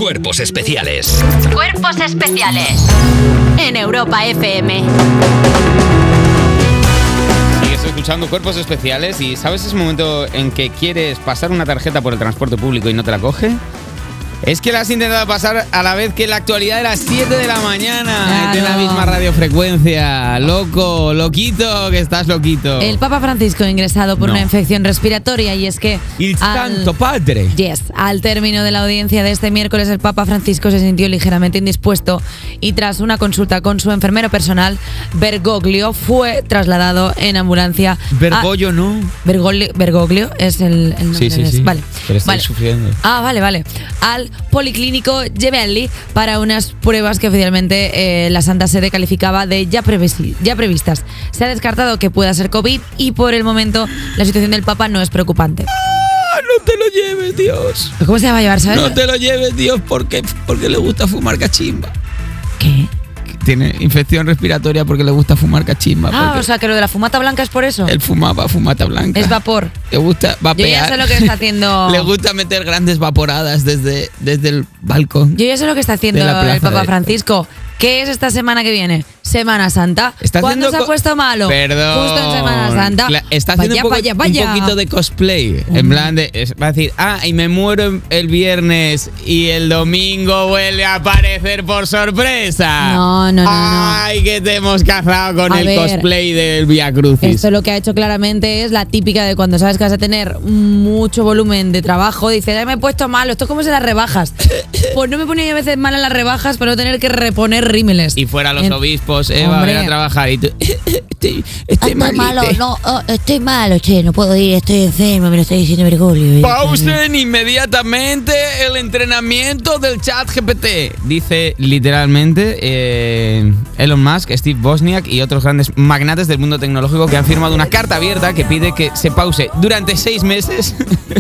Cuerpos Especiales. Cuerpos Especiales en Europa FM. Sigues escuchando Cuerpos Especiales y ¿sabes ese momento en que quieres pasar una tarjeta por el transporte público y no te la coge? Es que la has intentado pasar a la vez que la actualidad de las 7 de la mañana. Claro. De la misma radiofrecuencia. Loco, loquito, que estás loquito. El Papa Francisco ha ingresado por una infección respiratoria y es que... ¡Il Santo Padre! Yes, al término de la audiencia de este miércoles, el Papa Francisco se sintió ligeramente indispuesto y tras una consulta con su enfermero personal, Bergoglio, fue trasladado en ambulancia. Bergoglio, ¿no? Bergoglio es el nombre. Sí. Vale. Pero estoy vale. sufriendo. Vale. Al Policlínico Gemelli para unas pruebas que oficialmente la Santa Sede calificaba de ya previstas. Se ha descartado que pueda ser COVID y por el momento la situación del Papa no es preocupante. No te lo lleves, Dios. ¿Cómo se va a llevar, sabes? No te lo lleves, Dios, porque le gusta fumar cachimba. ¿Qué? Tiene infección respiratoria porque le gusta fumar cachimba. O sea, que lo de la fumata blanca es por eso. Él fumaba fumata blanca. Es vapor. Le gusta vapear. Yo ya sé lo que está haciendo. Le gusta meter grandes vaporadas desde el balcón. Yo ya sé lo que está haciendo el Papa Francisco. ¿Qué es esta semana que viene? Semana Santa. ¿Cuándo se ha puesto malo? Perdón. Justo en Semana Santa. Está haciendo un poquito de cosplay. En plan de... Va a decir, y me muero el viernes y el domingo vuelve a aparecer por sorpresa. No. Ay, que te hemos cazado con el cosplay del Vía Crucis. Esto lo que ha hecho claramente es la típica de cuando sabes que vas a tener mucho volumen de trabajo. Dices, me he puesto malo. Esto es como si las rebajas. Pues no me ponía yo a veces mal en las rebajas para no tener que reponer rímeles. Y fuera los obispos, va a venir a trabajar y tú... estoy malo, estoy malo, no puedo ir, estoy enfermo, me lo estoy diciendo Bergoglio. Pausen inmediatamente el entrenamiento del ChatGPT. Dice literalmente Elon Musk, Steve Wozniak y otros grandes magnates del mundo tecnológico que han firmado una carta abierta que pide que se pause durante 6 meses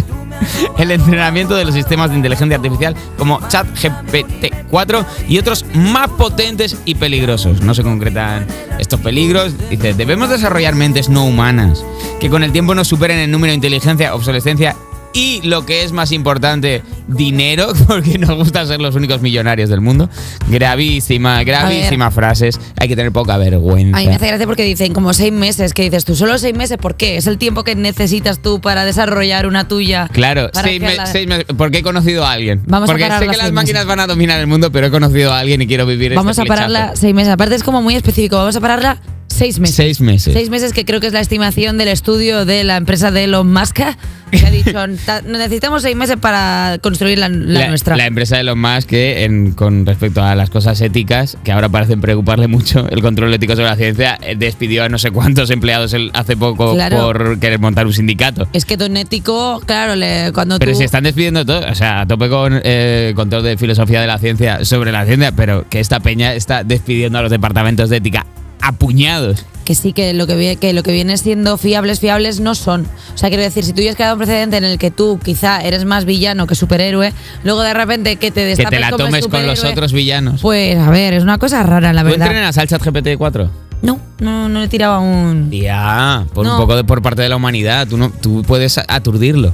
el entrenamiento de los sistemas de inteligencia artificial como ChatGPT-4 y otros más potentes y peligrosos. No se concretan estos peligros. Dice, debemos desarrollar mentes no humanas que con el tiempo nos superen en número, inteligencia, obsolescencia y, lo que es más importante, dinero, porque nos gusta ser los únicos millonarios del mundo. Gravísimas frases. Hay que tener poca vergüenza. A mí me hace gracia porque dicen como 6 meses. ¿Qué dices tú? ¿Solo 6 meses? ¿Por qué? ¿Es el tiempo que necesitas tú para desarrollar una tuya? Claro, 6 meses. Porque he conocido a alguien. Porque sé que las máquinas van a dominar el mundo, pero he conocido a alguien y quiero vivir Vamos a pararla 6 meses. Aparte es como muy específico. Vamos a pararla 6 meses. 6 meses. 6 meses, que creo que es la estimación del estudio de la empresa de Elon Musk, que ha dicho, necesitamos 6 meses para construir la nuestra. La empresa de Elon Musk, que con respecto a las cosas éticas, que ahora parecen preocuparle mucho, el control ético sobre la ciencia, despidió a no sé cuántos empleados hace poco por querer montar un sindicato. Es que don ético, claro, Pero si están despidiendo todo, o sea, a tope con control de filosofía de la ciencia sobre la ciencia, pero que esta peña está despidiendo a los departamentos de ética a puñados. Que sí, que lo que viene siendo fiables no son. O sea, quiero decir, si tú ya has creado un precedente en el que tú quizá eres más villano que superhéroe, luego de repente que te destapes que te la como tomes con los otros villanos. Pues a ver, es una cosa rara, la verdad. ¿Tú entrenas al ChatGPT-4? No le tiraba un... Ya, un poco por parte de la humanidad. Tú puedes aturdirlo.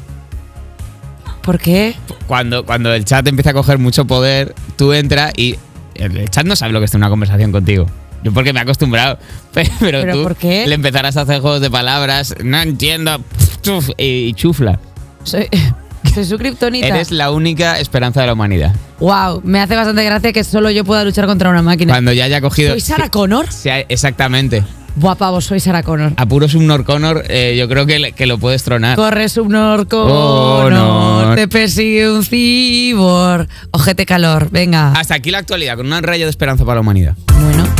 ¿Por qué? Cuando el chat empieza a coger mucho poder, tú entras y el chat no sabe lo que es una conversación contigo. Yo porque me he acostumbrado. Pero tú ¿por qué? le empezarás a hacer juegos de palabras. No entiendo. Y chufla. Soy su kriptonita. Eres la única esperanza de la humanidad. Wow, me hace bastante gracia que solo yo pueda luchar contra una máquina. Cuando ya haya cogido... ¿Soy Sarah Connor? Exactamente. Buah, pavo, soy Sarah Connor. A puro Subnor Connor, yo creo que lo puedes tronar. Corre, Subnor Connor, te persigue un cibor. Ojete calor, venga. Hasta aquí la actualidad, con un rayo de esperanza para la humanidad. Bueno.